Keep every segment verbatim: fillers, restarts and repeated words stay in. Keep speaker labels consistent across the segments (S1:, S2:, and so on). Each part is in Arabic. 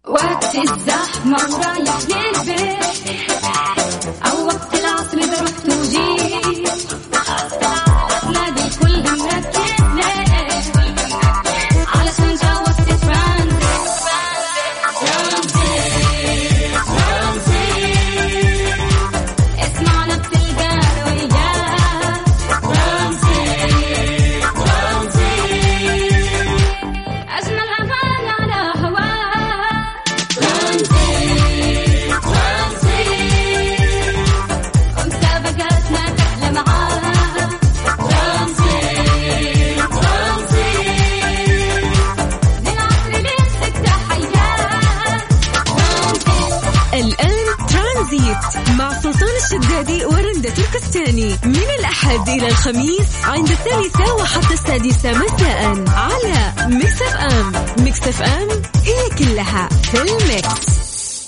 S1: وقت الزحمة ورايح للبيت أو وقت العصر إذا رحت وجيت أتلاقي كل مركز ليه علشان جاوزت ترانزيت ترانزيت ترانزيت اسمعنا بتلقى وياه ترانزيت ترانزيت أجمل أغاني على هواه ترانزيت ترانزيت ومسابقاتنا تحلى معاه ترانزيت ترانزيت للعصر ليمسك تحياه ترانزيت.
S2: الآن ترانزيت مع سلطان الشدادي ورندة تركستاني من الأحد إلى الخميس عند الثالثة وحتى السادسة مساء على ميكس اف ام. ميكس اف ام هي كلها في الميكس.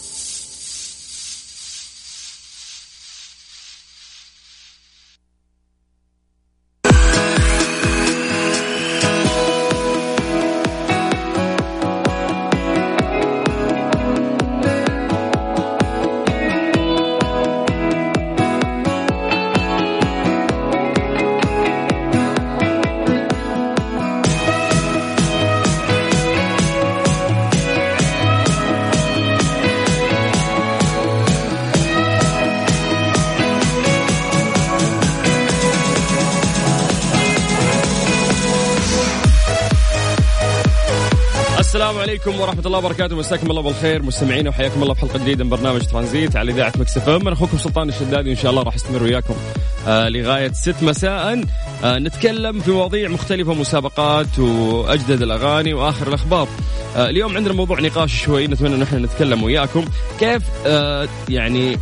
S3: السلام عليكم ورحمة الله وبركاته، مساكم الله بالخير مستمعين وحياكم الله بحلقة جديدة من برنامج ترانزيت على إذاعة ميكس اف ام. أنا أخوكم سلطان الشدادي، إن شاء الله راح استمر وياكم آه لغاية ست مساء. آه نتكلم في مواضيع مختلفة، مسابقات وأجدد الأغاني وآخر الأخبار. آه اليوم عندنا موضوع نقاش شوي، نتمنى أن احنا نتكلم وياكم كيف آه يعني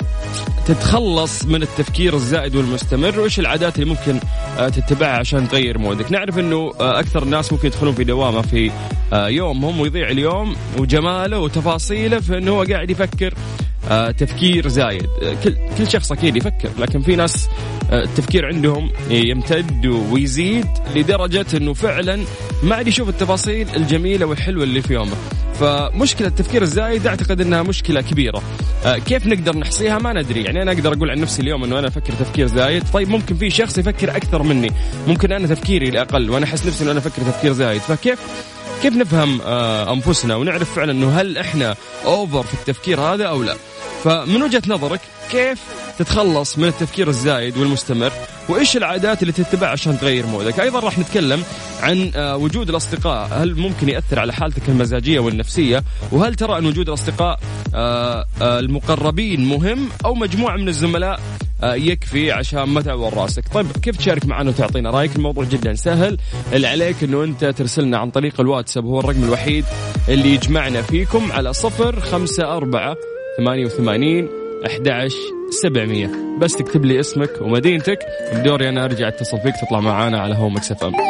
S3: تتخلص من التفكير الزائد والمستمر، وإيش العادات اللي ممكن تتبعها عشان تغير مودك. نعرف أنه أكثر الناس ممكن يدخلون في دوامة في يومهم ويضيع اليوم وجماله وتفاصيله في أنه هو قاعد يفكر تفكير زايد. كل كل شخص أكيد يفكر، لكن في ناس التفكير عندهم يمتد ويزيد لدرجة أنه فعلا ما عاد يشوف التفاصيل الجميلة والحلوة اللي في يومه. فمشكلة التفكير الزايد أعتقد أنها مشكلة كبيرة. كيف نقدر نحصيها ما ندري. يعني أنا أقدر أقول عن نفسي اليوم أنه أنا أفكر تفكير زايد، طيب ممكن في شخص يفكر أكثر مني، ممكن أنا تفكيري الأقل وأنا أحس نفسي أنه أنا أفكر تفكير زايد. فكيف كيف نفهم أنفسنا ونعرف فعلا أنه هل إحنا أوفر في التفكير هذا أو لا؟ فمن وجهة نظرك كيف تتخلص من التفكير الزايد والمستمر، وإيش العادات اللي تتبع عشان تغير مودك؟ أيضا راح نتكلم عن وجود الأصدقاء، هل ممكن يأثر على حالتك المزاجية والنفسية؟ وهل ترى أن وجود الأصدقاء المقربين مهم أو مجموعة من الزملاء يكفي عشان ما تعور راسك؟ طيب كيف تشارك معنا وتعطينا رأيك؟ الموضوع جدا سهل، اللي عليك أنه أنت ترسلنا عن طريق الواتساب، هو الرقم الوحيد اللي يجمعنا فيكم، على صفر خمسة أربعة ثمانية وثمانين أحد عشر سبعمية. بس تكتب لي اسمك ومدينتك، بدوري أنا أرجع اتصل فيك تطلع معانا على هو ميكس اف ام.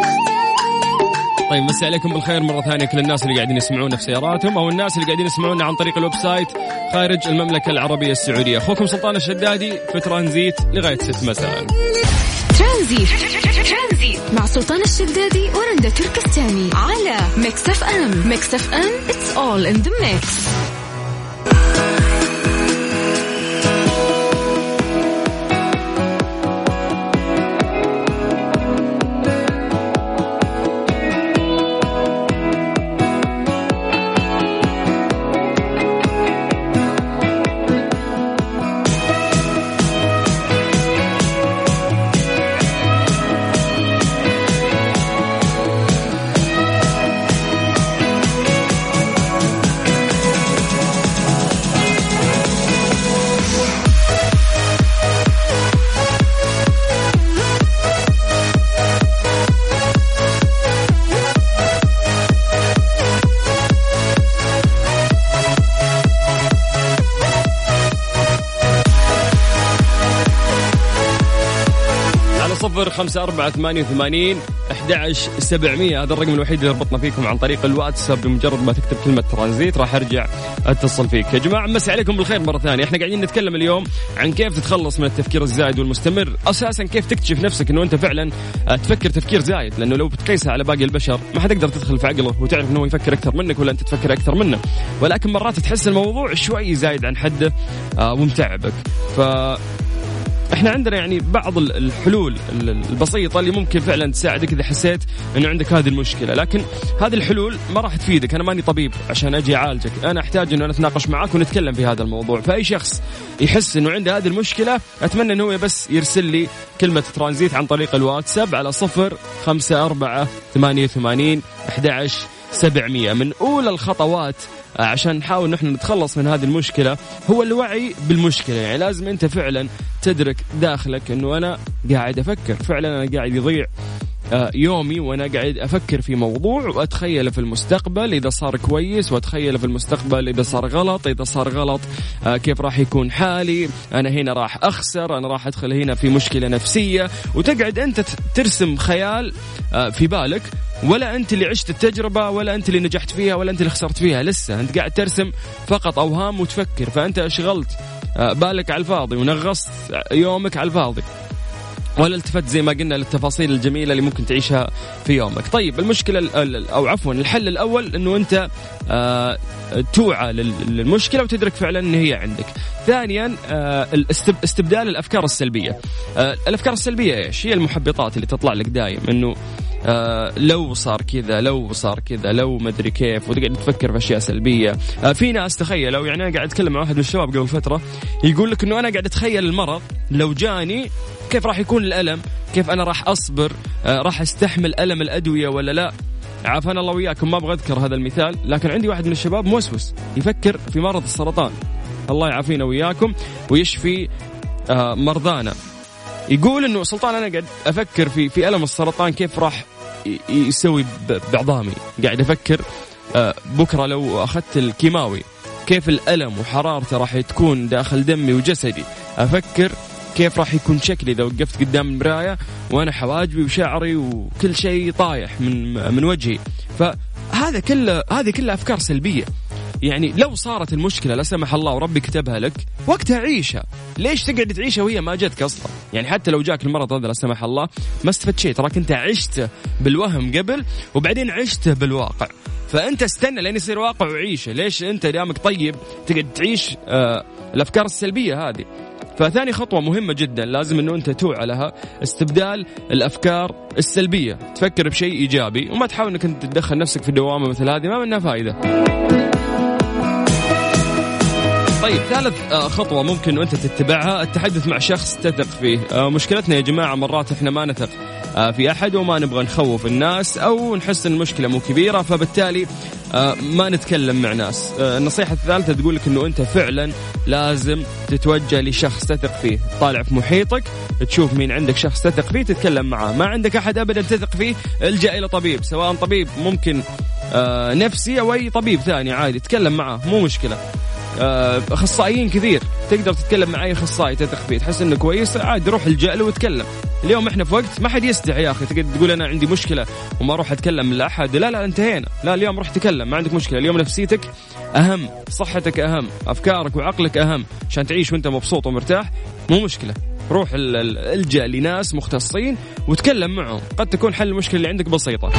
S3: طيب مساء عليكم بالخير مرة ثانية كل الناس اللي قاعدين يسمعونا في سياراتهم أو الناس اللي قاعدين يسمعونا عن طريق الويب سايت خارج المملكة العربية السعودية. أخوكم سلطان الشدادي في ترانزيت لغاية ست مساء.
S2: ترانزيت ترانزيت مع سلطان الشدادي ورندة تركستاني على ميكس اف ام. ميكس اف ام it's all in the mix.
S3: صفر خمسة أربعة ثمانية ثمانين أحد عشر سبعمية. هذا الرقم الوحيد اللي ربطنا فيكم عن طريق الواتساب. بمجرد ما تكتب كلمة ترانزيت راح أرجع أتصل فيك. يا جماعة مسي عليكم بالخير مرة ثانية. احنا قاعدين نتكلم اليوم عن كيف تتخلص من التفكير الزايد والمستمر. أساسا كيف تكتشف نفسك أنه أنت فعلا تفكر تفكير زايد، لأنه لو بتقيسها على باقي البشر ما حتقدر تدخل في عقله وتعرف أنه يفكر أكثر منك ولا أنت تفكر أكثر منه. ولكن مرات تحس الموضوع شوي زايد عن حده ومتعبك. ف احنا عندنا يعني بعض الحلول البسيطة اللي ممكن فعلا تساعدك إذا حسيت أنه عندك هذه المشكلة. لكن هذه الحلول ما راح تفيدك. أنا ماني طبيب عشان أجي أعالجك، أنا أحتاج أنه نتناقش معاك ونتكلم في هذا الموضوع. فأي شخص يحس أنه عنده هذه المشكلة أتمنى أنه بس يرسل لي كلمة ترانزيت عن طريق الواتساب على صفر خمسة أربعة ثمانية ثمانين أحد عشر سبعمية. من أولى الخطوات عشان نحاول نحن نتخلص من هذه المشكلة هو الوعي بالمشكلة. يعني لازم أنت فعلا تدرك داخلك أنه أنا قاعد أفكر، فعلا أنا قاعد يضيع يومي وأنا قاعد أفكر في موضوع وأتخيل في المستقبل إذا صار كويس، وأتخيل في المستقبل إذا صار غلط. إذا صار غلط كيف راح يكون حالي، أنا هنا راح أخسر، أنا راح أدخل هنا في مشكلة نفسية. وتقعد أنت ترسم خيال في بالك، ولا أنت اللي عشت التجربة ولا أنت اللي نجحت فيها ولا أنت اللي خسرت فيها، لسه أنت قاعد ترسم فقط أوهام وتفكر. فأنت أشغلت بالك على الفاضي ونغصت يومك على الفاضي، ولا التفت زي ما قلنا للتفاصيل الجميلة اللي ممكن تعيشها في يومك. طيب المشكلة أو عفوا الحل الأول أنه أنت آه توعى للمشكلة وتدرك فعلا أن هي عندك. ثانيا آه استبدال الأفكار السلبية. آه الأفكار السلبية إيش؟ هي المحبطات اللي تطلع لك دايم، أنه آه لو صار كذا، لو صار كذا، لو مدري كيف، وتقعد تفكر في أشياء سلبية. آه في ناس تخيلوا، يعني أنا قاعد أتكلم مع واحد من الشباب قبل فترة يقول لك أنه أنا قاعد أتخيل المرض لو جاني كيف راح يكون الألم، كيف أنا راح أصبر، آه راح أستحمل ألم الأدوية ولا لا. عافانا الله وياكم، ما أبغى أذكر هذا المثال، لكن عندي واحد من الشباب موسوس يفكر في مرض السرطان، الله يعافينا وياكم ويشفي آه مرضانا. يقول إنه سلطان أنا قاعد أفكر في في ألم السرطان كيف راح يسوي بعظامي، قاعد أفكر آه بكرة لو أخذت الكيماوي كيف الألم وحرارته راح تكون داخل دمي وجسدي، أفكر كيف راح يكون شكلي إذا وقفت قدام المراية وأنا حواجبي وشعري وكل شيء طايح من من وجهي. فهذا كله هذه كلها أفكار سلبية. يعني لو صارت المشكلة لا سمح الله وربي كتبها لك وقتها عيشها، ليش تقعد تعيشها وهي ما جتك أصلا؟ يعني حتى لو جاك المرض هذا لا سمح الله ما استفدت شيء، تراك أنت عشته بالوهم قبل وبعدين عشته بالواقع. فأنت استنى لين يصير واقع وعيشه. ليش أنت دامك طيب تقعد تعيش آه الأفكار السلبية هذه؟ فثاني خطوة مهمة جدا لازم أنه أنت توعى لها، استبدال الأفكار السلبية. تفكر بشيء إيجابي وما تحاول أنك أنت تدخل نفسك في دوامة مثل هذه، ما منها فائدة. طيب ثالث خطوة ممكن أنت تتبعها التحدث مع شخص تثق فيه. مشكلتنا يا جماعة مرات إحنا ما نثق في أحد وما نبغى نخوف الناس أو نحس أن المشكلة مو كبيرة، فبالتالي ما نتكلم مع ناس. النصيحة الثالثة تقول لك أنه أنت فعلا لازم تتوجه لشخص تثق فيه، طالع في محيطك تشوف مين عندك شخص تثق فيه تتكلم معه. ما عندك أحد أبدا تثق فيه الجأ إلى طبيب، سواء طبيب ممكن نفسي أو أي طبيب ثاني عادي، تتكلم معه مو مشكلة. أخصائيين كثير تقدر تتكلم مع أي أخصائي تثق فيه تحس إنه كويس عادي روح الجأ له وتكلم. اليوم إحنا في وقت ما حد يستحي يا أخي تقدر تقول أنا عندي مشكلة وما أروح أتكلم لأحد، لا لا انتهينا، لا اليوم روح تكلم، ما عندك مشكلة. اليوم نفسيتك أهم، صحتك أهم، أفكارك وعقلك أهم عشان تعيش وأنت مبسوط ومرتاح، مو مشكلة. روح الجأ لناس مختصين وتكلم معهم، قد تكون حل المشكلة اللي عندك بسيطة.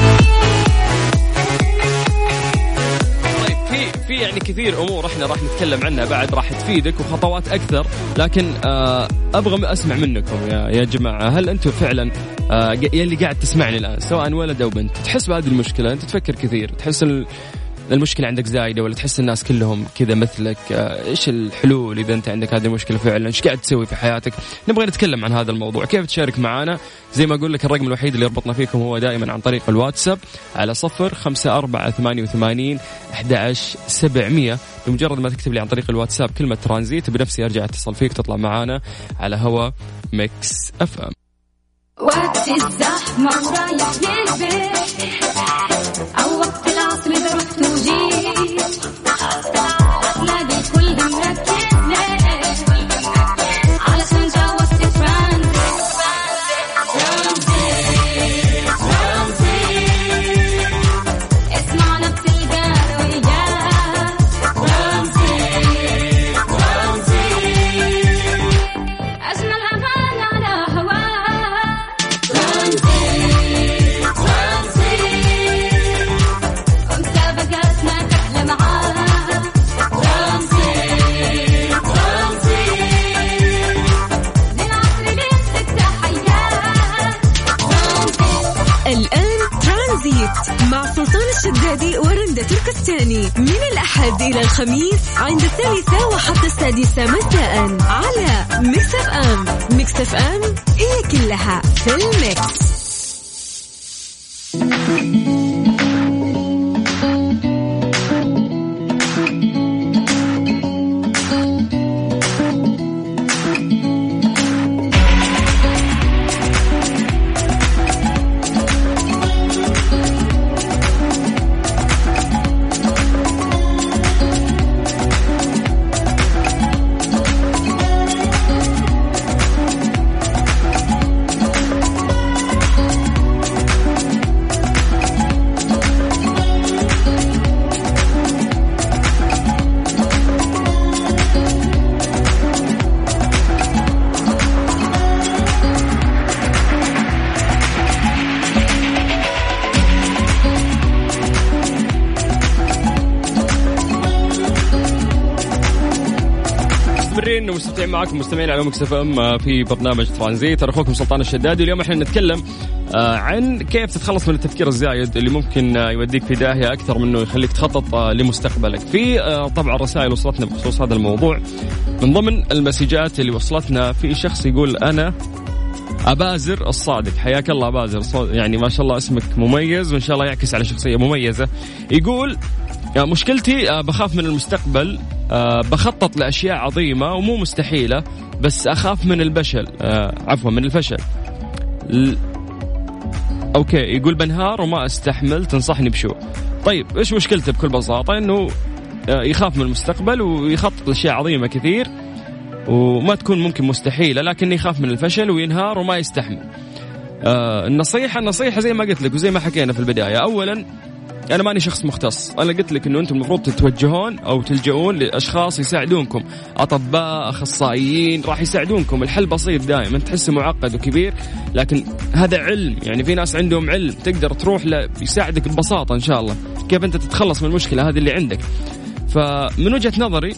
S3: في يعني كثير أمور إحنا راح نتكلم عنها بعد راح تفيدك وخطوات أكثر، لكن آه أبغى أسمع منكم يا يا جماعة. هل أنتم فعلا آه يلي قاعد تسمعني الآن سواء ولد أو بنت تحس بهذه المشكلة؟ أنت تفكر كثير، تحس المشكلة عندك زايدة ولا تحس الناس كلهم كذا مثلك؟ آه إيش الحلول إذا أنت عندك هذه المشكلة فعلا؟ إيش قاعد تسوي في حياتك؟ نبغى نتكلم عن هذا الموضوع. كيف تشارك معنا؟ زي ما أقول لك الرقم الوحيد اللي يربطنا فيكم هو دائما عن طريق الواتساب على صفر خمسة أربعة ثمانية وثمانين أحد عشر سبعمية. بمجرد ما تكتب لي عن طريق الواتساب كلمة ترانزيت بنفسي أرجع أتصل فيك تطلع معنا على هوا ميكس أف أم.
S1: وقت الزحمة ورايح للبيت أو وقت العصر إذا رحت وجيت هتلاقي الكل مركز ليه علشان جوزت ترانزيت.
S2: الشدادي ورندة تركستاني من الأحد إلى الخميس عند الثالثة وحتى السادسة مساء على ميكس اف ام. ميكس اف ام هي كلها في الميكس.
S3: ومستمتعين معكم مستمعين على مكس اف ام في برنامج ترانزيت. أنا أخوكم سلطان الشدادي. اليوم احنا نتكلم عن كيف تتخلص من التفكير الزايد اللي ممكن يوديك في داهية أكثر منه يخليك تخطط لمستقبلك. في طبعا رسائل وصلتنا بخصوص هذا الموضوع. من ضمن المسجات اللي وصلتنا في شخص يقول أنا أبازر الصادق. حياك الله أبازر، يعني ما شاء الله اسمك مميز وإن شاء الله يعكس على شخصية مميزة. يقول مشكلتي بخاف من المستقبل، بخطط لأشياء عظيمة ومو مستحيلة بس أخاف من الفشل، عفوا من الفشل. ل... أوكي يقول بنهار وما أستحمل، تنصحني بشو؟ طيب إيش مشكلته؟ بكل بساطة إنه يخاف من المستقبل ويخطط لأشياء عظيمة كثير وما تكون ممكن مستحيلة، لكن يخاف من الفشل وينهار وما يستحمل. آه النصيحة النصيحة زي ما قلت لك وزي ما حكينا في البداية. أولا أنا ماني شخص مختص، أنا قلت لك إنه أنتم المفروض تتوجهون أو تلجؤون لأشخاص يساعدونكم، أطباء، أخصائيين راح يساعدونكم. الحل بسيط دائما، تحسه معقد وكبير لكن هذا علم، يعني في ناس عندهم علم تقدر تروح له يساعدك ببساطة إن شاء الله كيف أنت تتخلص من المشكلة هذه اللي عندك. فمن وجهة نظري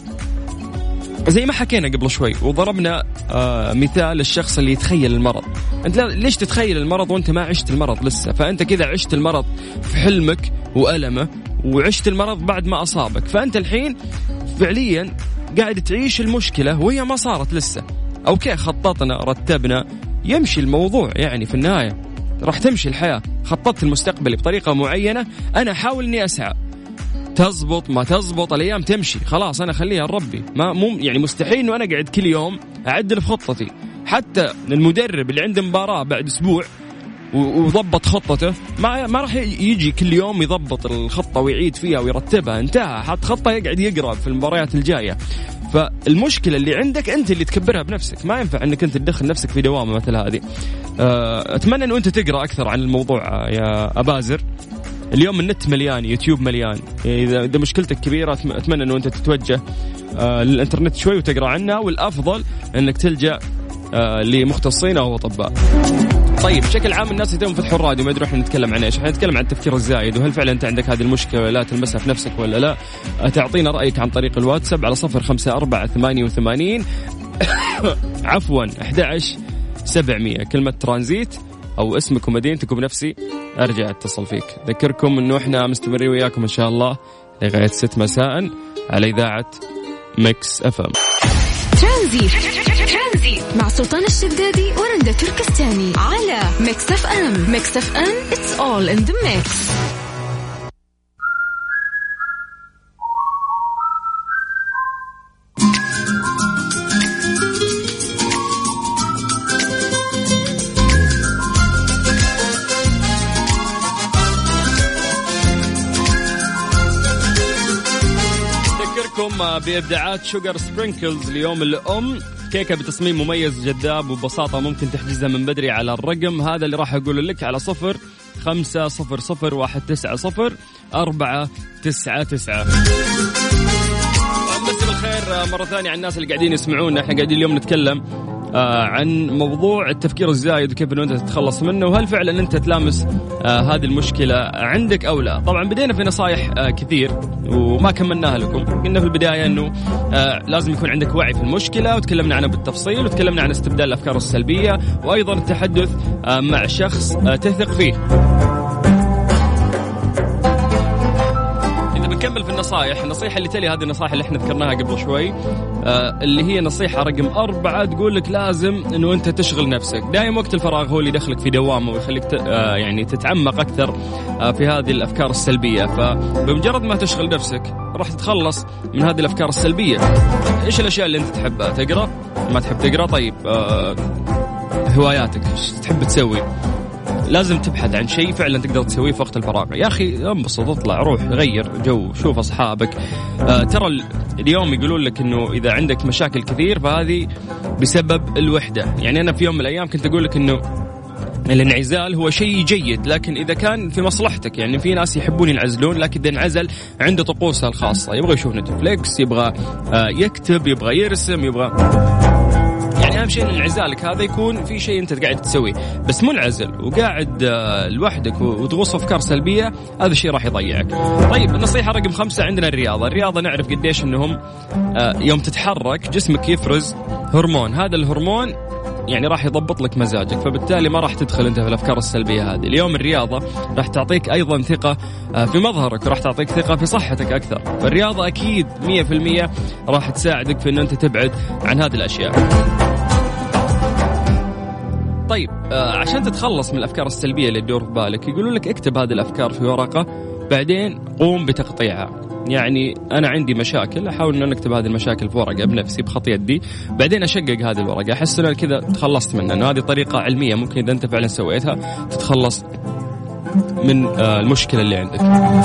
S3: زي ما حكينا قبل شوي وضربنا آه مثال الشخص اللي يتخيل المرض. أنت ليش تتخيل المرض وأنت ما عشت المرض لسه؟ فأنت كذا عشت المرض في حلمك وألمه وعشت المرض بعد ما أصابك، فأنت الحين فعليا قاعد تعيش المشكلة وهي ما صارت لسه. أوكي خططنا رتبنا يمشي الموضوع، يعني في النهاية راح تمشي الحياة. خططت المستقبل بطريقة معينة، أنا أحاول أني أسعى، تزبط ما تزبط الأيام تمشي، خلاص أنا خليها ربي. ما مو يعني مستحيل إنه أنا قاعد كل يوم أعدل في خطتي. حتى المدرب اللي عنده مباراة بعد أسبوع وضبط خطته ما ما راح يجي كل يوم يضبط الخطة ويعيد فيها ويرتبها، انتهى، حط خطة يقعد يقرأ في المباريات الجاية. فالمشكلة اللي عندك أنت اللي تكبرها بنفسك، ما ينفع أنك أنت تدخل نفسك في دوامة مثل هذه. أتمنى أنه أنت تقرأ أكثر عن الموضوع يا أبازر. اليوم النت مليان، يوتيوب مليان. إذا إذا مشكلتك كبيرة أتمنى أنه أنت تتوجه آه للإنترنت شوي وتقرأ عنها، والأفضل أنك تلجأ آه لمختصين أو أطباء. طيب بشكل عام الناس يتم فتحوا الراديو ما يدرون احنا نتكلم عن ايش. احنا نتكلم عن التفكير الزايد، وهل فعلا انت عندك هذه المشكله ولا لا، تلمسها في نفسك ولا لا. تعطينا رايك عن طريق الواتساب على صفر خمسة أربعة ثمانية وثمانين عفوا أحد عشر سبعمية، كلمه ترانزيت او اسمك ومدينتك وبنفسي ارجع اتصل فيك. ذكركم انه احنا مستمرين وياكم ان شاء الله لغايه ست مساء على اذاعه ميكس اف ام.
S2: ترانزيت مع سلطان الشدادي ورندة تركستاني على ميكس اف ام. ميكس اف ام it's all in the mix.
S3: بإبداعات شوغر سبرينكلز اليوم الأم، كيكة بتصميم مميز جذاب وببساطة ممكن تحجزها من بدري على الرقم هذا اللي راح أقول لك على صفر خمسة صفر صفر واحد تسعة صفر أربعة تسعة تسعة. مساء الخير مرة ثانية على الناس اللي قاعدين يسمعونا. احنا قاعدين اليوم نتكلم آه عن موضوع التفكير الزايد وكيف انه انت تتخلص منه، وهل فعلا انت تلامس آه هذه المشكلة عندك او لا. طبعا بدينا في نصايح آه كثير وما كملناها لكم. قلنا في البداية انه آه لازم يكون عندك وعي في المشكلة، وتكلمنا عنها بالتفصيل، وتكلمنا عن استبدال الافكار السلبية، وايضا التحدث آه مع شخص آه تثق فيه. نكمل في النصائح. النصيحة اللي تلي هذه النصائح اللي احنا ذكرناها قبل شوي، آه اللي هي نصيحة رقم أربعة، تقول لك لازم إنه أنت تشغل نفسك. دائما وقت الفراغ هو اللي يدخلك في دوامة ويخليك ت... آه يعني تتعمق أكثر آه في هذه الأفكار السلبية. فبمجرد ما تشغل نفسك راح تتخلص من هذه الأفكار السلبية. إيش الأشياء اللي أنت تحبها؟ تقرأ؟ ما تحب تقرأ؟ طيب آه هواياتك إيش تحب تسوي؟ لازم تبحث عن شيء فعلا تقدر تسويه في وقت الفراغ. يا أخي انبسط، اطلع، روح، غير جو، شوف أصحابك. آه ترى اليوم يقولون لك إنه إذا عندك مشاكل كثير فهذه بسبب الوحدة. يعني أنا في يوم من الأيام كنت أقول لك إنه الانعزال هو شيء جيد، لكن إذا كان في مصلحتك. يعني في ناس يحبون ينعزلون، لكن إذا انعزل عنده طقوسه الخاصة، يبغى يشوف نتفليكس، يبغى آه يكتب، يبغى يرسم، يبغى يعني أهم شيء إن انعزالك هذا يكون في شيء أنت قاعد تسويه. بس منعزل وقاعد لوحدك وتغوص أفكار سلبية، هذا الشيء راح يضيعك. طيب النصيحة رقم خمسة عندنا الرياضة. الرياضة نعرف قديش إنهم يوم تتحرك جسمك يفرز هرمون، هذا الهرمون يعني راح يضبط لك مزاجك، فبالتالي ما راح تدخل أنت في الأفكار السلبية هذه. اليوم الرياضة راح تعطيك أيضا ثقة في مظهرك، وراح تعطيك ثقة في صحتك أكثر. فالرياضة أكيد مية في المية راح تساعدك في أن أنت تبعد عن هذه الأشياء. طيب آه عشان تتخلص من الأفكار السلبية اللي تدور في بالك، يقولون لك اكتب هذه الأفكار في ورقة، بعدين قوم بتقطيعها. يعني أنا عندي مشاكل، أحاول أن أكتب هذه المشاكل في ورقة بنفسي بخط يدي، بعدين أشقق هذه الورقة، أحس أن كذا تخلصت منها. أنه هذه طريقة علمية ممكن إذا أنت فعلا سويتها تتخلص من آه المشكلة اللي عندك.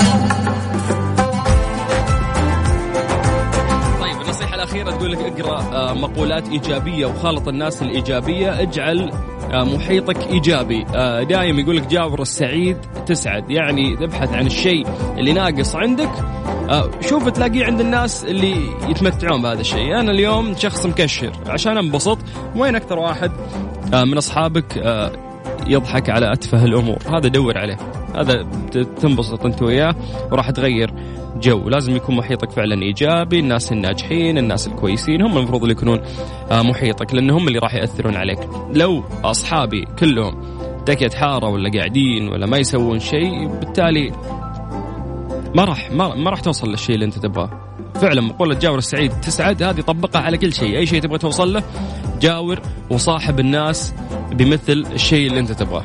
S3: الأخيرة تقول لك اقرأ مقولات إيجابية وخالط الناس الإيجابية، اجعل محيطك إيجابي. دائما يقول لك جاور السعيد تسعد. يعني تبحث عن الشيء اللي ناقص عندك، شوف تلاقيه عند الناس اللي يتمتعون بهذا الشيء. أنا اليوم شخص مكشر، عشان انبسط وين أكثر واحد من أصحابك يضحك على أتفه الأمور؟ هذا دور عليه، هذا تنبسط أنت وياه وراح تغير جو. لازم يكون محيطك فعلا إيجابي. الناس الناجحين، الناس الكويسين هم المفروض اللي يكونون محيطك، لأن هم اللي راح يأثرون عليك. لو أصحابي كلهم تكيت حارة ولا قاعدين ولا ما يسوون شيء، بالتالي ما راح ما, ما راح توصل للشيء اللي أنت تبغاه. فعلا مقولة جاور السعيد تسعد هذه طبقها على كل شيء. أي شيء تبغى توصل له جاور وصاحب الناس بمثل الشيء اللي أنت تبغاه.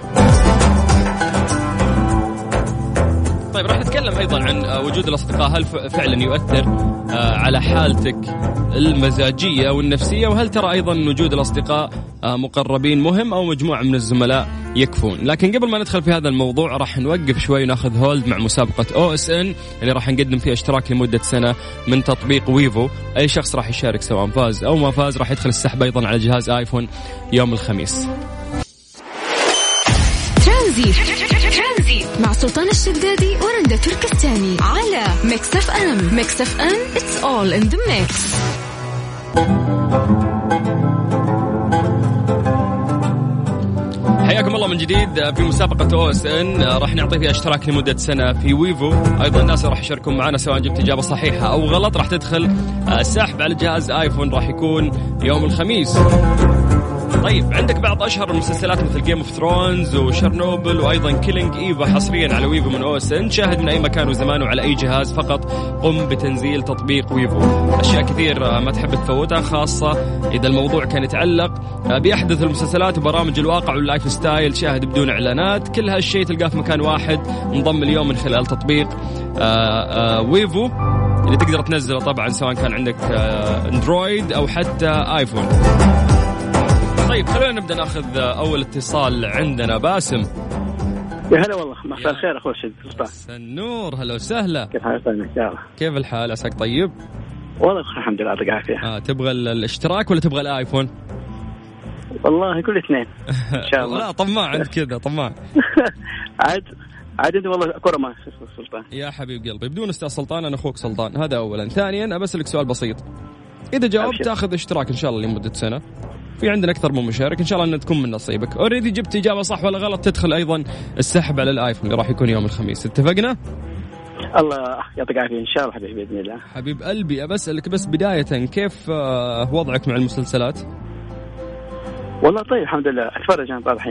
S3: طيب راح نتكلم أيضا عن وجود الأصدقاء، هل فعلا يؤثر على حالتك المزاجية والنفسية، وهل ترى أيضا وجود الأصدقاء مقربين مهم أو مجموعة من الزملاء يكفون؟ لكن قبل ما ندخل في هذا الموضوع راح نوقف شوي وناخذ هولد مع مسابقة أو إس إن اللي راح نقدم فيها اشتراك لمدة سنة من تطبيق ويفو. أي شخص راح يشارك سواء فاز أو ما فاز راح يدخل السحب أيضا على جهاز آيفون يوم الخميس.
S2: ترانزيت مع سلطان الشدادي ورندا تركستاني على ميكس اف ام. ميكس اف ام it's all in the mix.
S3: حياكم الله من جديد في مسابقة أو إس إن، راح نعطي فيها اشتراك لمدة سنة في ويفو. أيضا الناس راح يشاركون معنا سواء جبت إجابة صحيحة أو غلط راح تدخل السحب على جهاز آيفون، راح يكون يوم الخميس. طيب عندك بعض أشهر المسلسلات مثل جيم اوف ثرونز وشرنوبل وأيضا كيلينج إيفا حصريا على ويفو من أو إس إن. شاهد من أي مكان وزمان وعلى أي جهاز، فقط قم بتنزيل تطبيق ويفو. أشياء كثير ما تحب تفوتها، خاصة إذا الموضوع كان يتعلق بأحدث المسلسلات وبرامج الواقع واللايف ستايل. شاهد بدون إعلانات، كل هالشيء تلقاه في مكان واحد. انضم اليوم من خلال تطبيق آآ آآ ويفو اللي تقدر تنزله طبعا سواء كان عندك اندرويد أو حتى آيفون. طيب خلونا نبدأ ناخذ أول اتصال. عندنا باسم.
S4: يا هلا والله، مساء الخير أخوي سلطان.
S3: النور، هلا وسهلا.
S4: كيف حالك؟
S3: كيف الحال؟ عساك طيب؟
S4: والله الحمد لله يعطيك العافية.
S3: آه تبغى الاشتراك ولا تبغى الآيفون؟
S4: والله كل اثنين إن شاء الله.
S3: لا طماع عند كذا طماع.
S4: عاد عاد أنت والله كرة ما سلطان.
S3: يا حبيب قلبي، بدون أستاذ سلطان أنا أخوك سلطان، هذا أولا. ثانيا أبسلك سؤال بسيط، إذا جاوبت تأخذ اشتراك إن شاء الله لمدة سنة. في عندنا أكثر من مشارك، إن شاء الله أن تكون من نصيبك. أوريدي جبت إجابة صح ولا غلط تدخل أيضا السحب على الآيفون اللي راح يكون يوم الخميس. اتفقنا؟
S4: الله يعطيك العافية إن شاء الله حبيبي بإذن الله.
S3: حبيب قلبي، أبسألك بس بداية كيف وضعك مع المسلسلات؟
S4: والله طيب الحمد لله، أتفرج أنا بعض الأحيان.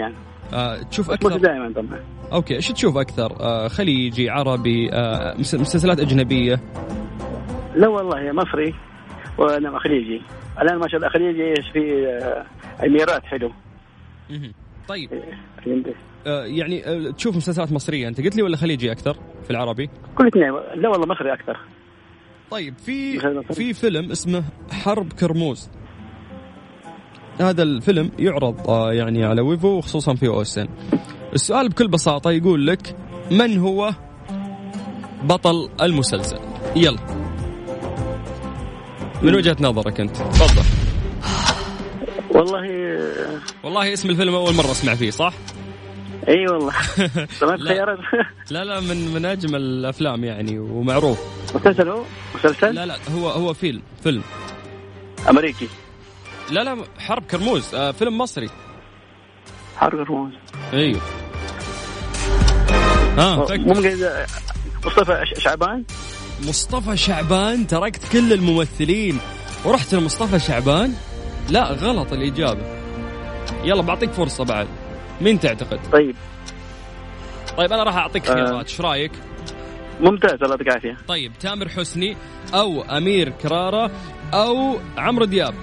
S3: آه تشوف
S4: مش
S3: أكثر
S4: دائما طبعا.
S3: أوكي، إيش تشوف أكثر؟ آه خليجي، عربي، آه مسلسلات أجنبية؟
S4: لا والله مصري وأنا خليجي. الآن ما شاء الله خليجي في آه أميرات حلو.
S3: طيب
S4: إيه.
S3: آه يعني آه تشوف مسلسلات مصرية أنت قلت لي ولا خليجي أكثر في العربي؟
S4: كل اثنين. لا والله مصري أكثر.
S3: طيب في في فيلم اسمه حرب كرموز، هذا الفيلم يعرض آه يعني على ويفو وخصوصا في او اس ان. السؤال بكل بساطة يقول لك من هو بطل المسلسل؟ يلا من وجهة نظرك أنت تفضل.
S4: والله
S3: والله اسم الفيلم أول مرة أسمع فيه، صح؟
S4: اي والله.
S3: لا. لا لا من من أجمل الأفلام يعني ومعروف.
S4: مسلسل هو مسلسل؟
S3: لا لا هو هو فيلم فيلم
S4: أمريكي.
S3: لا لا حرب كرموز آه فيلم مصري.
S4: حرب كرموز
S3: ايوه. ها فكر.
S4: ممكن مصطفى شعبان.
S3: مصطفى شعبان؟ تركت كل الممثلين ورحت لمصطفى شعبان؟ لا غلط الإجابة. يلا بعطيك فرصة بعد. مين تعتقد؟
S4: طيب
S3: طيب أنا راح أعطيك خيارات، إيش رأيك؟
S4: ممتاز الله يعطيك العافية.
S3: طيب تامر حسني أو أمير كرارة أو عمرو دياب؟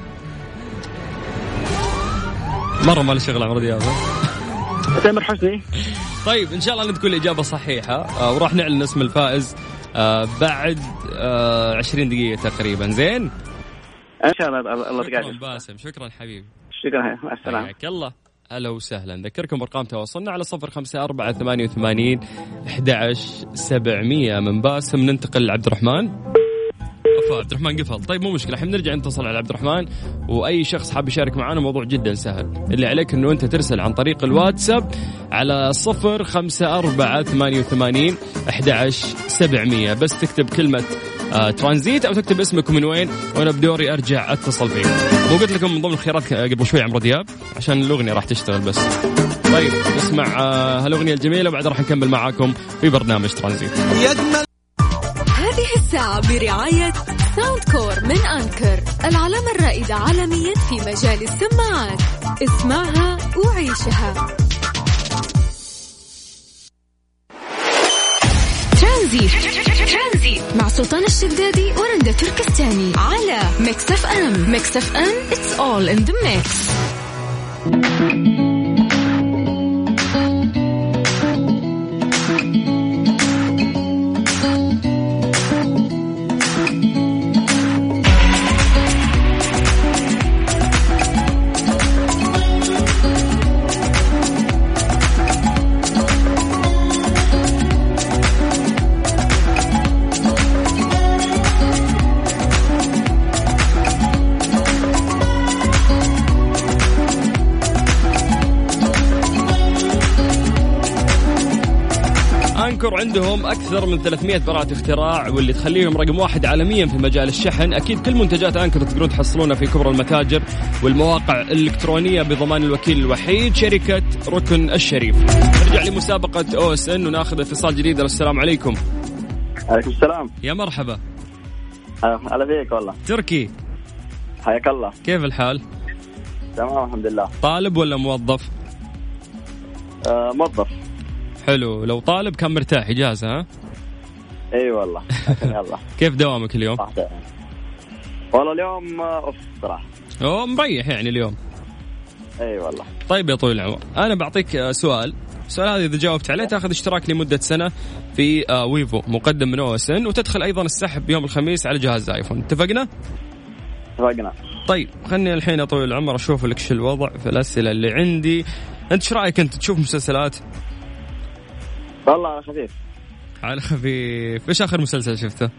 S3: مرة ما له شغل عمرو دياب.
S4: تامر حسني.
S3: طيب إن شاء الله تكون الإجابة صحيحة آه وراح نعلن اسم الفائز آه بعد آه عشرين دقيقة تقريبا. زين
S4: إن شاء الله الله يعطيك العافية.
S3: شكرا باسم، شكرا حبيبي.
S4: شكرا، مع السلامة.
S3: حياك الله. هلا وسهلا. نذكركم بأرقام تواصلنا على صفر خمسة أربعة ثمانية وثمانين أحد عشر سبعمية. من باسم ننتقل لعبد الرحمن. أفا عبد الرحمن قفل. طيب مو مشكلة، احنا بنرجع نتصل على عبد الرحمن. وأي شخص حاب يشارك معنا موضوع جدا سهل، اللي عليك إنه أنت ترسل عن طريق الواتساب على صفر خمسة أربعة ثمانية وثمانين أحد عشر سبعمية. بس تكتب كلمة آه ترانزيت أو تكتب اسمك من وين وأنا بدوري أرجع أتصل فيك. مو قلت لكم من ضمن الخيارات قبل شوي عمرو دياب عشان الأغنية راح تشتغل بس. طيب نسمع آه هالأغنية الجميلة وبعد راح نكمل معاكم في برنامج ترانزيت.
S2: هذه الساعة برعاية ساوند كور من أنكر، العلامة الرائدة عالميا في مجال السماعات. اسمعها وعيشها. ترانزيت مع سلطان الشدادي ورندا تركستاني على ميكس اف ام. ميكس اف ام it's all in the mix.
S3: عندهم أكثر من ثلاثمية براءة اختراع واللي تخليهم رقم واحد عالميا في مجال الشحن. أكيد كل منتجات أنكر تقدرون تحصلونها في كبرى المتاجر والمواقع الإلكترونية بضمان الوكيل الوحيد شركة ركن الشريف. نرجع لمسابقة أو إس إن وناخذ اتصال جديد. السلام عليكم.
S4: عليكم السلام.
S3: يا مرحبا.
S4: هلا بيك والله.
S3: تركي.
S4: حياك الله.
S3: كيف الحال؟
S4: تمام الحمد لله.
S3: طالب ولا موظف؟
S4: آه موظف.
S3: حلو. لو طالب كان مرتاح إجازة ها؟
S4: اي والله. يلا.
S3: كيف دوامك اليوم؟
S4: والله اليوم اوف صراحة.
S3: اوه مريح يعني اليوم.
S4: اي والله.
S3: طيب يا طويل العمر انا بعطيك سؤال. السؤال هذا اذا جاوبت عليه تاخذ اشتراك لمدة سنة في ويفو مقدم من او اس ان وتدخل ايضا السحب يوم الخميس على جهاز ايفون. اتفقنا؟
S4: اتفقنا.
S3: طيب خلني الحين يا طويل العمر اشوف لك شو الوضع في الاسئلة اللي عندي. انت ايش رايك انت تشوف مسلسلات؟
S4: والله على خفيف.
S3: على خفيف. ايش اخر مسلسل شفته؟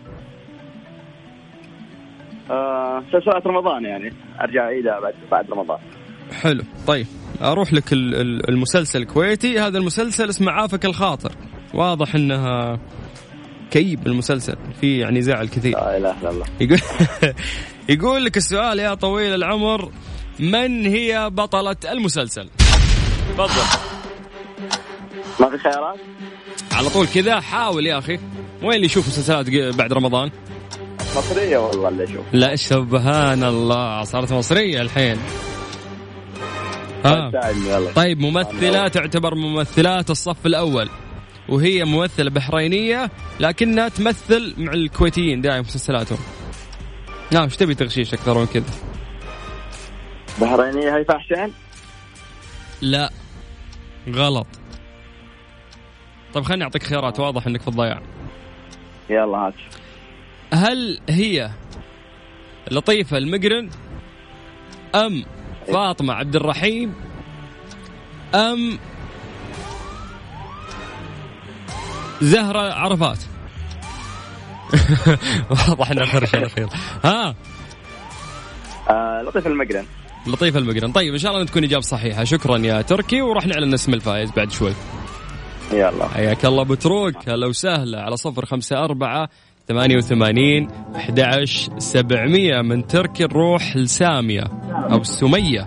S4: آه مسلسلات رمضان يعني ارجع عيدها بعد بعد رمضان.
S3: حلو. طيب اروح لك المسلسل الكويتي. هذا المسلسل اسمه عافك الخاطر. واضح انها كئيب المسلسل فيه يعني زعل كثير.
S4: لا اله الا الله.
S3: يقول يقول لك السؤال يا طويل العمر من هي بطلة المسلسل؟ تفضل.
S4: ما في خيارات؟
S3: على طول كذا حاول يا أخي. وين اللي يشوف مسلسلات بعد رمضان؟
S4: مصرية والله اللي يشوف.
S3: لا سبحان الله صارت مصرية الحين. آه. طيب ممثلة تعتبر ممثلات الصف الأول وهي ممثلة بحرينية لكنها تمثل مع الكويتيين دائما مسلسلاتهم. نعم ايش تبي تغشيش أكثر من كذا؟
S5: بحرينية هيفاء حسين؟
S3: لا غلط. طيب خليني أعطيك خيارات واضح أنك في الضياع.
S5: يلا هات.
S3: هل هي لطيفة المقرن أم فاطمة عبد الرحيم أم زهرة عرفات؟ واضح أنها خرش على خير. ها
S5: آه، لطيفة المقرن.
S3: لطيفة المقرن. طيب إن شاء الله تكون إجابة صحيحة. شكرا يا تركي وراح نعلن اسم الفائز بعد شوي.
S5: يلا
S3: حياك الله بتروك. هلا وسهلا على صفر خمسة أربعة ثمانية وثمانين أحد عشر سبعمية. من تركي نروح لسامية أو سمية.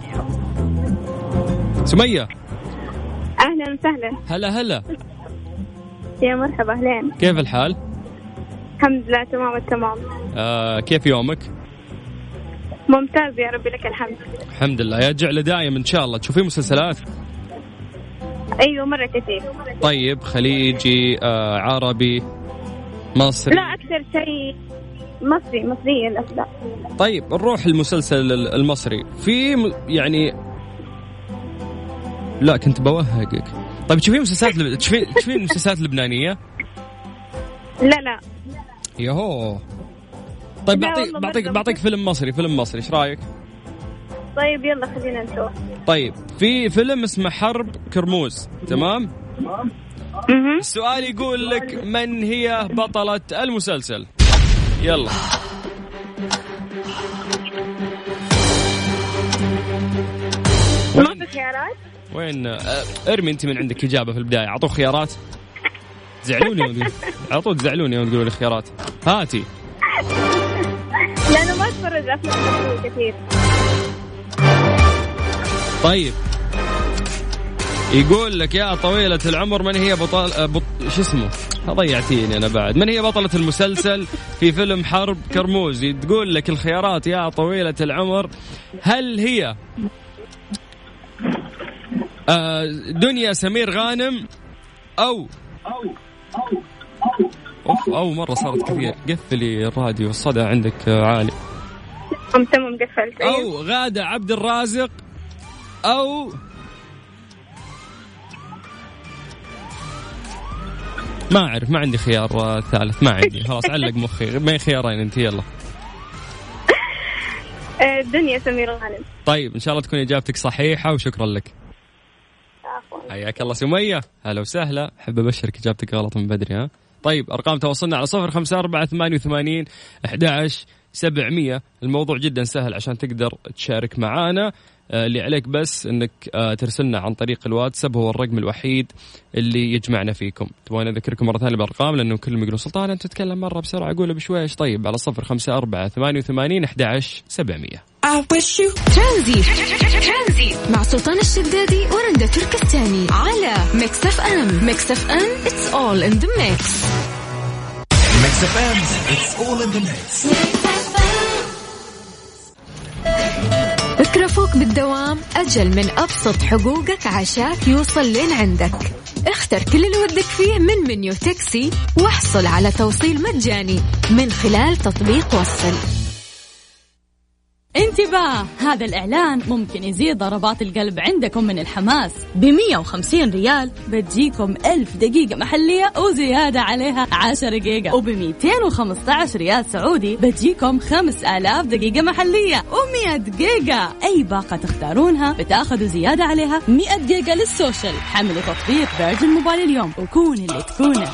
S3: سمية
S6: أهلا وسهلا.
S3: هلا هلا
S6: يا مرحبا أهلين.
S3: كيف الحال؟
S6: الحمد لله تمام التمام.
S3: آه كيف يومك؟
S6: ممتاز يا ربي لك الحمد.
S3: الحمد لله. يرجع لدايم إن شاء الله. تشوفين مسلسلات؟
S6: أيوة مرة كثير.
S3: طيب خليجي آه عربي مصري؟
S6: لا أكثر شيء مصري مصرية الأفلام.
S3: طيب نروح المسلسل المصري في يعني لا كنت بوهقك. طيب تشوفين مسلسلات لب... تشوفين تشوفين مسلسلات لبنانية؟
S6: لا لا
S3: ياهو. طيب بعطيك بعطيك بعطيك فيلم مصري. فيلم مصري ايش رايك؟
S6: طيب يلا خلينا نشوف.
S3: طيب في فيلم اسمه حرب كرموز تمام؟ السؤال يقول لك من هي بطلة المسلسل؟ يلا
S6: ما في خيارات؟
S3: وين ارمي انت من عندك اجابه في البدايه. اعطوه خيارات. زعلوني اعطوه تزعلوني يوم تقولوا لي خيارات. هاتي.
S6: لانه ما اتفرج افلام كثير.
S3: طيب يقول لك يا طويلة العمر من هي بطل بط... شو اسمه ضيعتيني أنا بعد. من هي بطلة المسلسل في فيلم حرب كرموز؟ تقول لك الخيارات يا طويلة العمر. هل هي آه دنيا سمير غانم أو أوف أو مرة صارت كثير. قفلي الراديو الصدى عندك عالي.
S6: تمام قفلت.
S3: أو غادة عبد الرازق أو ما أعرف. ما عندي خيار ثالث. ما عندي خلاص علق مخي. ما خيارين أنت. يلا
S6: دنيا سمير غانم.
S3: طيب إن شاء الله تكون إجابتك صحيحة وشكرا لك. حياك الله سمية. هلا وسهلا. حب أبشرك إجابتك غلط من بدري. ها طيب أرقام تواصلنا على صفر خمسة أربعة ثمانية وثمانين أحد عشر سبعمية. الموضوع جدا سهل عشان تقدر تشارك معانا. آه اللي عليك بس انك آه ترسلنا عن طريق الواتساب. هو الرقم الوحيد اللي يجمعنا فيكم. تبغى اذكركم مره ثانيه بالارقام لانه كلهم يقولون سلطان انت تتكلم مره بسرعه. اقول بشويش. طيب على صفر خمسة أربعة ثمانية وثمانين أحد عشر سبعمية.
S2: ترانزيت مع سلطان الشدادي ورندا تركستاني على ميكس اف ام. ميكس اف ام it's all in the mix.
S7: ميكس اف ام it's all in the mix.
S2: فكرة فوق بالدوام أجل من أبسط حقوقك عشاك يوصل لين عندك. اختر كل اللي ودك فيه من منيو تاكسي واحصل على توصيل مجاني من خلال تطبيق وصل.
S8: انتباه، هذا الإعلان ممكن يزيد ضربات القلب عندكم من الحماس. بمية وخمسين ريال بتجيكم ألف دقيقة محلية وزيادة عليها عشرة جيجا، وبميتين وخمسة عشر ريال سعودي بتجيكم خمس آلاف دقيقة محلية ومئة جيجا. أي باقة تختارونها بتاخذوا زيادة عليها مئة جيجا للسوشيال. حملوا تطبيق فيرجن موبايل اليوم وكون اللي تكونه.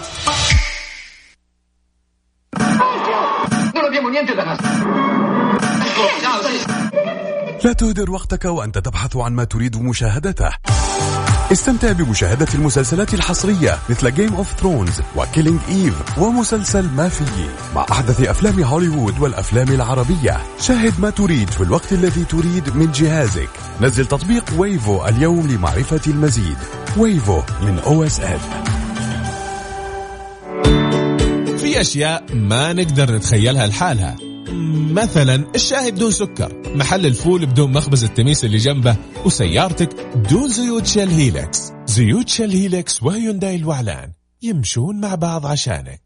S7: لا تهدر وقتك وأنت تبحث عن ما تريد مشاهدته. استمتع بمشاهدة المسلسلات الحصرية مثل Game of Thrones وكيلينج إيف ومسلسل ما فيه مع أحدث أفلام هوليوود والأفلام العربية. شاهد ما تريد في الوقت الذي تريد من جهازك. نزل تطبيق ويفو اليوم لمعرفة المزيد. ويفو من أو إس إف.
S9: في أشياء ما نقدر نتخيلها لحالها مثلا الشاي بدون سكر، محل الفول بدون مخبز التميس اللي جنبه، وسيارتك بدون زيوت شيل هيلكس. زيوت شيل هيلكس وهيونداي الوعلان يمشون مع بعض عشانك.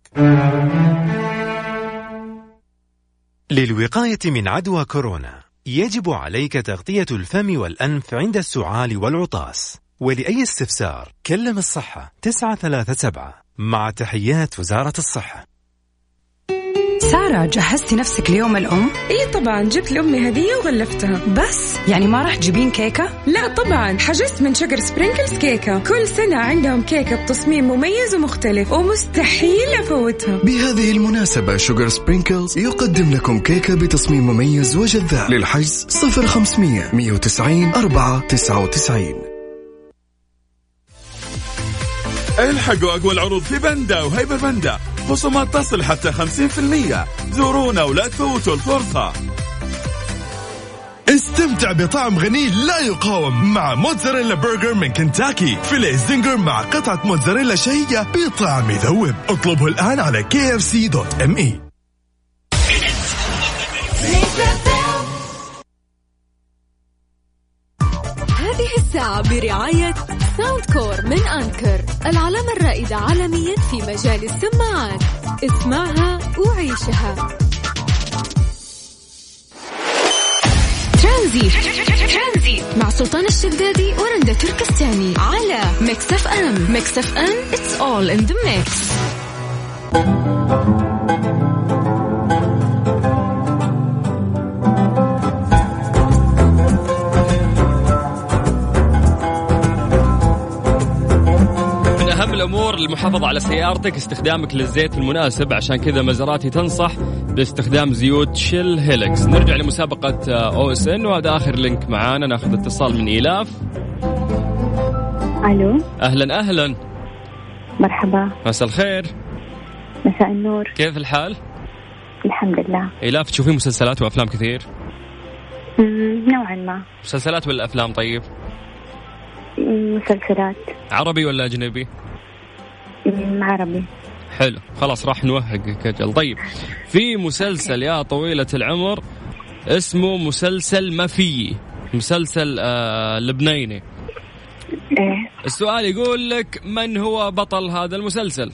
S10: للوقاية من عدوى كورونا يجب عليك تغطية الفم والأنف عند السعال والعطاس. ولأي استفسار كلم الصحة تسعة ثلاثة سبعة. مع تحيات وزارة الصحة.
S11: سارة، جهزتي نفسك ليوم الأم؟
S12: إيه طبعا، جبت لأمي هدية وغلفتها.
S11: بس يعني ما راح تجيبين كيكة؟
S12: لا طبعا، حجزت من شجر سبرينكلز كيكة. كل سنة عندهم كيكة بتصميم مميز ومختلف ومستحيل أفوتها.
S13: بهذه المناسبة شجر سبرينكلز يقدم لكم كيكة بتصميم مميز وجذاب. للحجز صفر خمسمية مية وتسعين أربعة تسعة وتسعين.
S14: الحقوا أقوى العروض في بندا وهيبر بندا، خصومات تصل حتى خمسين بالمية. زورونا ولا تفوتوا الفرصة.
S15: استمتع بطعم غني لا يقاوم مع موتزاريلا برجر من كنتاكي. فيليه زنجر مع قطعة موتزاريلا شهية بطعم يذوب. اطلبه الآن على كي إف سي دوت إم إي.
S2: هذه الساعة برعاية ساوند كور من أنكر، العلامة الرائدة عالميا في مجال السماعات. اسمعها وعيشها. ترانزيت مع سلطان الشدادي ورندا تركستاني على ميكس اف ام. ميكس اف ام it's all in the mix.
S3: الأمور المحافظة على سيارتك استخدامك للزيت المناسب، عشان كذا مزاراتي تنصح باستخدام زيوت شيل هيلكس. نرجع لمسابقة او اس ان، وهذا آخر لينك معانا. ناخذ اتصال من إيلاف.
S6: ألو،
S3: أهلا أهلا،
S6: مرحبا،
S3: مساء الخير.
S6: مساء النور،
S3: كيف الحال؟
S6: الحمد لله.
S3: إيلاف، تشوفين مسلسلات وأفلام كثير؟
S6: نوعا ما.
S3: مسلسلات ولا أفلام؟ طيب
S6: مسلسلات.
S3: عربي ولا أجنبي؟
S6: عربي.
S3: حلو، خلاص راح نوهقك أجل. طيب، في مسلسل يا طويلة العمر اسمه مسلسل مافي، مسلسل آه لبناني.
S6: إيه؟
S3: السؤال يقول لك من هو بطل هذا المسلسل؟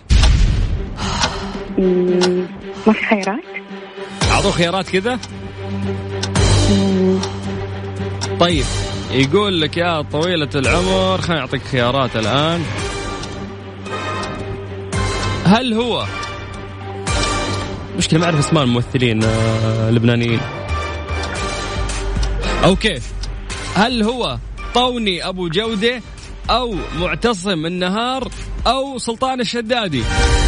S6: ما في خيارات؟
S3: أعطوه خيارات كذا؟ طيب يقول لك يا طويلة العمر، خليني أعطيك خيارات الآن. هل هو، مشكلة ما أعرف اسماء الممثلين اللبنانيين. أوكي، هل هو طوني أبو جودة أو معتصم النهار أو سلطان الشدادي؟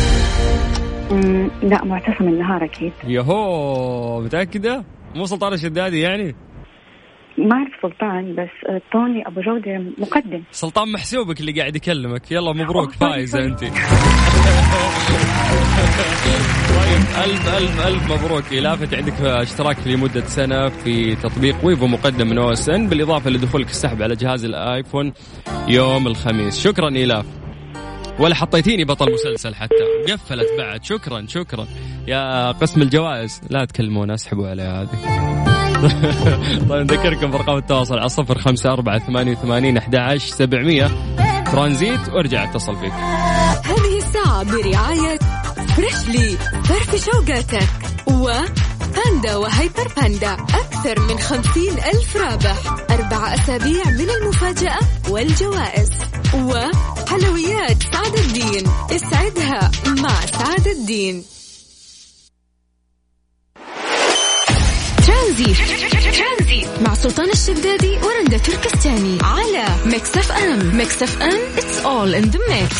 S6: لا، معتصم النهار أكيد.
S3: يهو، متأكدة؟ مو سلطان الشدادي يعني؟
S6: ما أعرف سلطان، بس طوني أبو جودة مقدم.
S3: سلطان محسوبك اللي قاعد يكلمك. يلا مبروك، فايزة أنت. طيب، ألف ألف ألف مبروك إيلاف. عندك اشتراك لمدة سنة في تطبيق ويفو مقدم من او اس ان، بالإضافة لدخولك السحب على جهاز الآيفون يوم الخميس. شكرا إيلاف. ولا حطيتيني بطل مسلسل حتى، قفلت بعد. شكرا شكرا يا قسم الجوائز، لا تكلمونا، اسحبوا على هذه. طيب نذكركم برقم التواصل على صفر خمسة أربعة ثمانية ثمانين أحد عشر سبعمية. ترانزيت وارجع اتصل فيك.
S2: هذه الساعة برعاية فريشلي، فرف شوقاتك، وباندا وهيبر باندا، أكثر من خمسين ألف رابح، أربع أسابيع من المفاجأة والجوائز، وحلويات سعد الدين، اسعدها مع سعد الدين. ترانزيت مع سلطان الشدادي ورندا تركستاني على ميكس اف ام. ميكس اف ام it's all in the mix.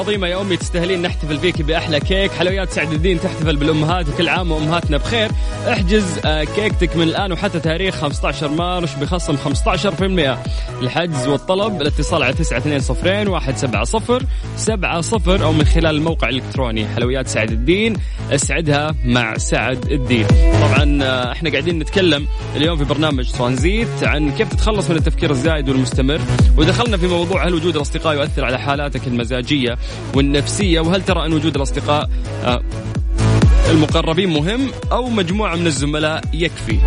S3: العظيمة يا أمي تستاهلين نحتفل فيك بأحلى كيك. حلويات سعد الدين تحتفل بالأمهات وكل عام وأمهاتنا بخير. احجز كيكتك من الآن وحتى تاريخ خمسة عشر مارس بخصم خمسة عشر بالمئة. الحجز والطلب الاتصال على تسعة اثنين صفرين واحد سبعة صفر سبعة صفر أو من خلال الموقع الإلكتروني حلويات سعد الدين. اسعدها مع سعد الدين. طبعا احنا قاعدين نتكلم اليوم في برنامج ترانزيت عن كيف تتخلص من التفكير الزايد والمستمر، ودخلنا في موضوع هل وجود الأصدقاء يؤثر على حالاتك المزاجية والنفسية، وهل ترى أن وجود الأصدقاء المقربين مهم أو مجموعة من الزملاء يكفي.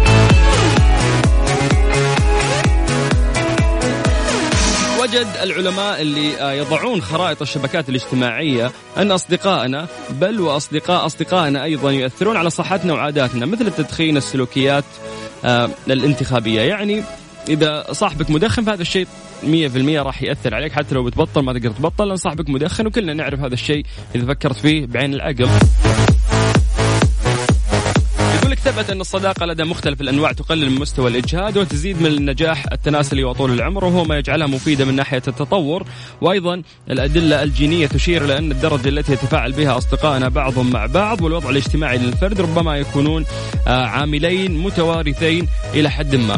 S3: وجد العلماء اللي يضعون خرائط الشبكات الاجتماعية أن أصدقائنا بل وأصدقاء أصدقائنا أيضا يؤثرون على صحتنا وعاداتنا، مثل التدخين، السلوكيات الانتخابية. يعني إذا صاحبك مدخن فهذا الشيء مية في المية راح يأثر عليك، حتى لو بتبطل ما تقدر تبطل لأن صاحبك مدخن، وكلنا نعرف هذا الشيء إذا فكرت فيه بعين العقل. يقولك ثبت أن الصداقة لدى مختلف الأنواع تقلل من مستوى الإجهاد وتزيد من النجاح التناسلي وطول العمر، وهو ما يجعلها مفيدة من ناحية التطور. وأيضا الأدلة الجينية تشير إلى أن الدرجة التي يتفاعل بها أصدقائنا بعضهم مع بعض والوضع الاجتماعي للفرد ربما يكونون عاملين متوارثين إلى حد ما.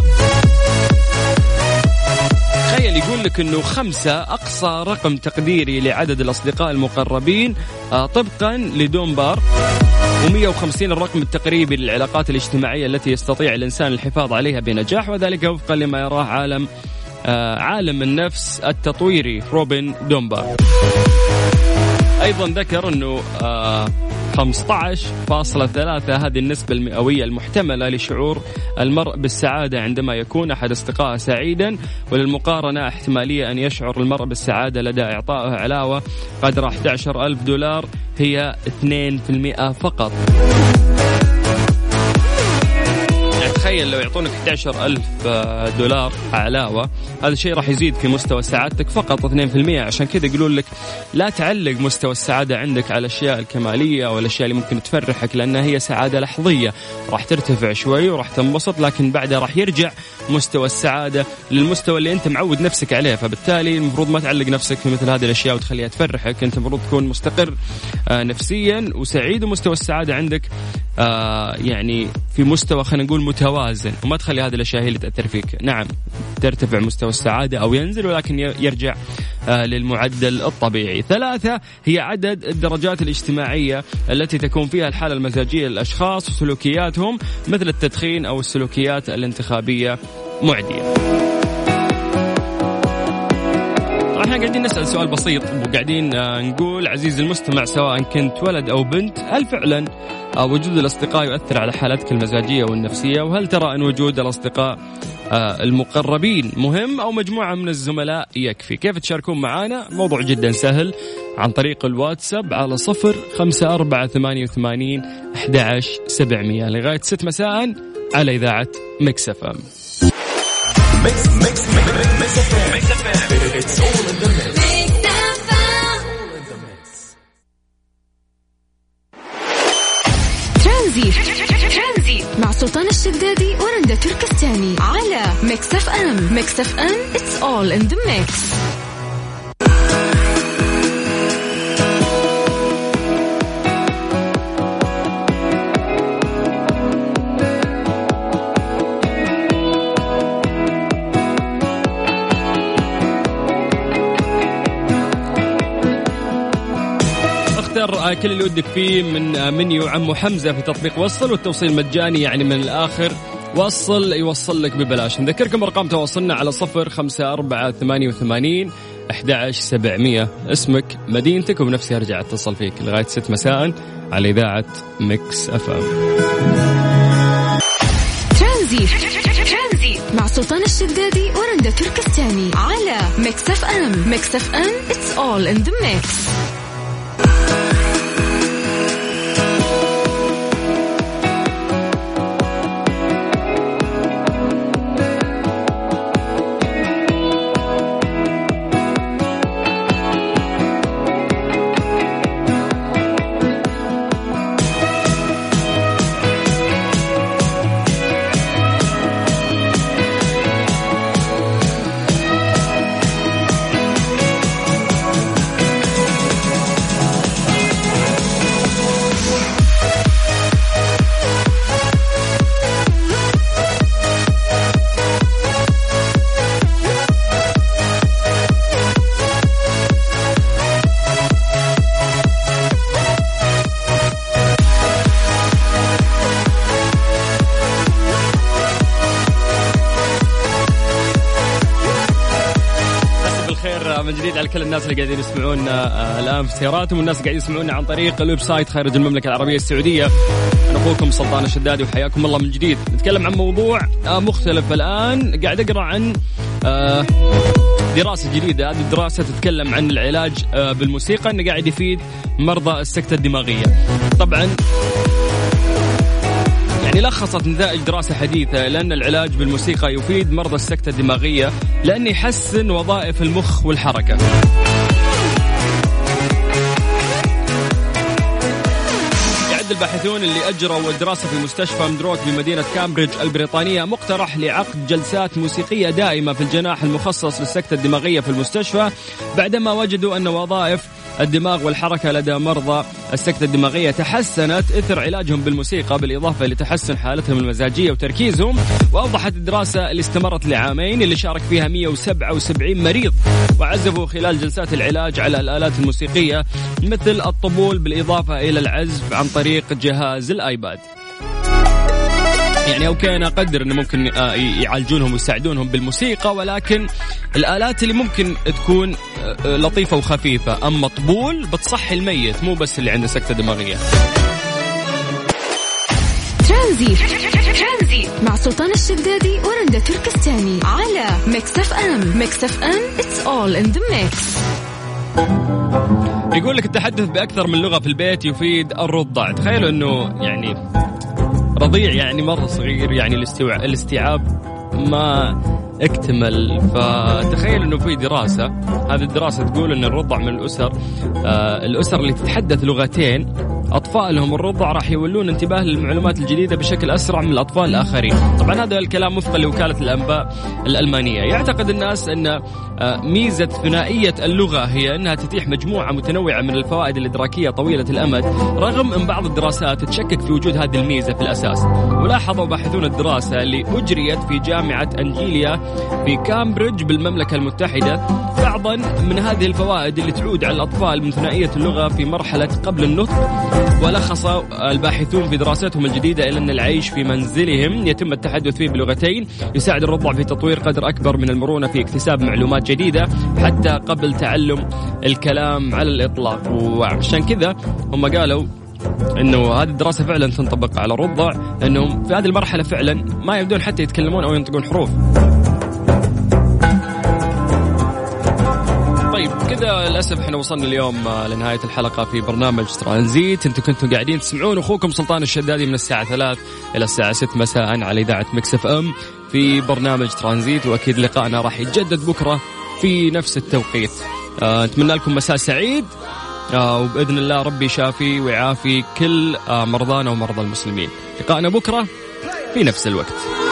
S3: تخيل يقول لك أنه خمسة أقصى رقم تقديري لعدد الأصدقاء المقربين طبقا لدونبار، ومئة وخمسين الرقم التقريبي للعلاقات الاجتماعية التي يستطيع الإنسان الحفاظ عليها بنجاح، وذلك وفقا لما يراه عالم عالم النفس التطويري روبن دونبار. أيضا ذكر أنه خمسة عشر فاصلة ثلاثة هذه النسبة المئوية المحتملة لشعور المرء بالسعادة عندما يكون أحد أصدقائه سعيدا، وللمقارنة احتمالية أن يشعر المرء بالسعادة لدى إعطائه علاوة قدر أحد عشر ألف دولار هي اثنين بالمئة فقط. تخيل لو يعطونك أحد عشر ألف دولار علاوة، هذا الشيء راح يزيد في مستوى سعادتك فقط اثنين بالمئة. عشان كذا يقولون لك لا تعلق مستوى السعادة عندك على الأشياء الكمالية أو الأشياء اللي ممكن تفرحك، لأنها هي سعادة لحظية راح ترتفع شوي وراح تنبسط، لكن بعدها راح يرجع مستوى السعادة للمستوى اللي أنت معود نفسك عليه. فبالتالي المفروض ما تعلق نفسك في مثل هذه الأشياء وتخليها تفرحك. أنت المفروض تكون مستقر نفسيا وسعيد، ومستوى السعادة عندك يعني في مستوى خلينا نقول متوازن، وما تخلي هذه الأشياء هي اللي تأثر فيك. نعم ترتفع مستوى السعادة أو ينزل، ولكن يرجع للمعدل الطبيعي. ثلاثة هي عدد الدرجات الاجتماعية التي تكون فيها الحالة المزاجية للأشخاص وسلوكياتهم، مثل التدخين أو السلوكيات الانتخابية معدية. احنا قاعدين نسأل سؤال بسيط وقاعدين نقول عزيزي المستمع، سواء كنت ولد أو بنت، هل فعلا وجود الأصدقاء يؤثر على حالتك المزاجية والنفسية؟ وهل ترى أن وجود الأصدقاء المقربين مهم أو مجموعة من الزملاء يكفي؟ كيف تشاركون معنا؟ موضوع جدا سهل عن طريق الواتساب على صفر خمسة أربعة ثمانية وثمانين أحد عشر سبعمية لغاية ست مساء على إذاعة ميكس إف إم.
S2: ترانزيت مع سلطان الشدادي ورندا تركستاني على ميكس إف إم. ميكس إف إم it's all in the mix.
S3: كل اللي ودك فيه من منيو عمو حمزة في تطبيق وصل، والتوصيل مجاني، يعني من الآخر وصل يوصل لك ببلاش. نذكركم أرقام تواصلنا على صفر خمسة أربعة ثمانية وثمانين أحد عشر سبعمية، اسمك مدينتك وبنفسي أرجع أتصل فيك لغاية ست مساء على إذاعة ميكس إف إم.
S2: ترانزيت مع سلطان الشدادي ورندا تركستاني على ميكس إف إم. ميكس إف إم it's all in the mix.
S3: على كل الناس اللي قاعدين يسمعونا آه الآن في سياراتهم والناس اللي قاعدين يسمعونا عن طريق الويب سايت خارج المملكة العربية السعودية. أنا أخوكم سلطان الشدادي وحياكم الله من جديد. نتكلم عن موضوع آه مختلف الآن. قاعد أقرأ عن آه دراسة جديدة. هذه الدراسة تتكلم عن العلاج آه بالموسيقى أنه قاعد يفيد مرضى السكتة الدماغية. طبعا يعني لخصت نتائج دراسة حديثة لأن العلاج بالموسيقى يفيد مرضى السكتة الدماغية لأنه يحسن وظائف المخ والحركة. يعد الباحثون اللي أجروا الدراسة في مستشفى مدروك بمدينة كامبريدج البريطانية مقترح لعقد جلسات موسيقية دائمة في الجناح المخصص للسكتة الدماغية في المستشفى بعدما وجدوا أن وظائف الدماغ والحركة لدى مرضى السكتة الدماغية تحسنت إثر علاجهم بالموسيقى بالإضافة لتحسن حالتهم المزاجية وتركيزهم. وأوضحت الدراسة اللي استمرت لعامين اللي شارك فيها مئة وسبعة وسبعين مريض وعزفوا خلال جلسات العلاج على الآلات الموسيقية مثل الطبول بالإضافة إلى العزف عن طريق جهاز الآيباد. يعني أوكي أنا أقدر أنه ممكن يعالجونهم ويساعدونهم بالموسيقى ولكن الآلات اللي ممكن تكون لطيفة وخفيفة. أما طبول بتصحي الميت مو بس اللي عنده سكتة دماغية.
S2: ترانزيت مع سلطان الشدادي ورندا تركستاني على ميكس اف ام. ميكس اف ام it's all in the mix.
S3: يقول لك التحدث بأكثر من لغة في البيت يفيد الرضع. تخيلوا أنه يعني رضيع يعني مرة صغير يعني الاستيعاب الاستيعاب ما اكتمل. فتخيل انه في دراسة، هذه الدراسة تقول ان الرضع من الاسر آه الاسر اللي تتحدث لغتين أطفالهم الرضع راح يولون انتباه للمعلومات الجديدة بشكل أسرع من الأطفال الآخرين. طبعا هذا الكلام وفقا لوكالة الأنباء الألمانية. يعتقد الناس أن ميزة ثنائية اللغة هي أنها تتيح مجموعة متنوعة من الفوائد الإدراكية طويلة الأمد رغم أن بعض الدراسات تشكك في وجود هذه الميزة في الأساس. ولاحظوا باحثون الدراسة اللي أجريت في جامعة أنجيليا في كامبريدج بالمملكة المتحدة بعضا من هذه الفوائد اللي تعود على الأطفال من ثنائية اللغة في مرحلة قبل النطق. ولخص الباحثون في دراستهم الجديدة إلى أن العيش في منزلهم يتم التحدث فيه بلغتين يساعد الرضع في تطوير قدر أكبر من المرونة في اكتساب معلومات جديدة حتى قبل تعلم الكلام على الإطلاق. وعشان كذا هم قالوا إنه هذه الدراسة فعلا تنطبق على الرضع لأنهم في هذه المرحلة فعلا ما يبدون حتى يتكلمون أو ينطقون حروف. طيب كذا للأسف احنا وصلنا اليوم لنهاية الحلقة في برنامج ترانزيت. انتم كنتوا قاعدين تسمعون أخوكم سلطان الشدادي من الساعة ثلاث إلى الساعة ست مساء على إذاعة ميكس اف ام في برنامج ترانزيت. وأكيد لقاءنا راح يتجدد بكرة في نفس التوقيت. آه، نتمنى لكم مساء سعيد آه، وبإذن الله ربي شافي ويعافي كل آه، مرضانا ومرضى المسلمين. لقاءنا بكرة في نفس الوقت.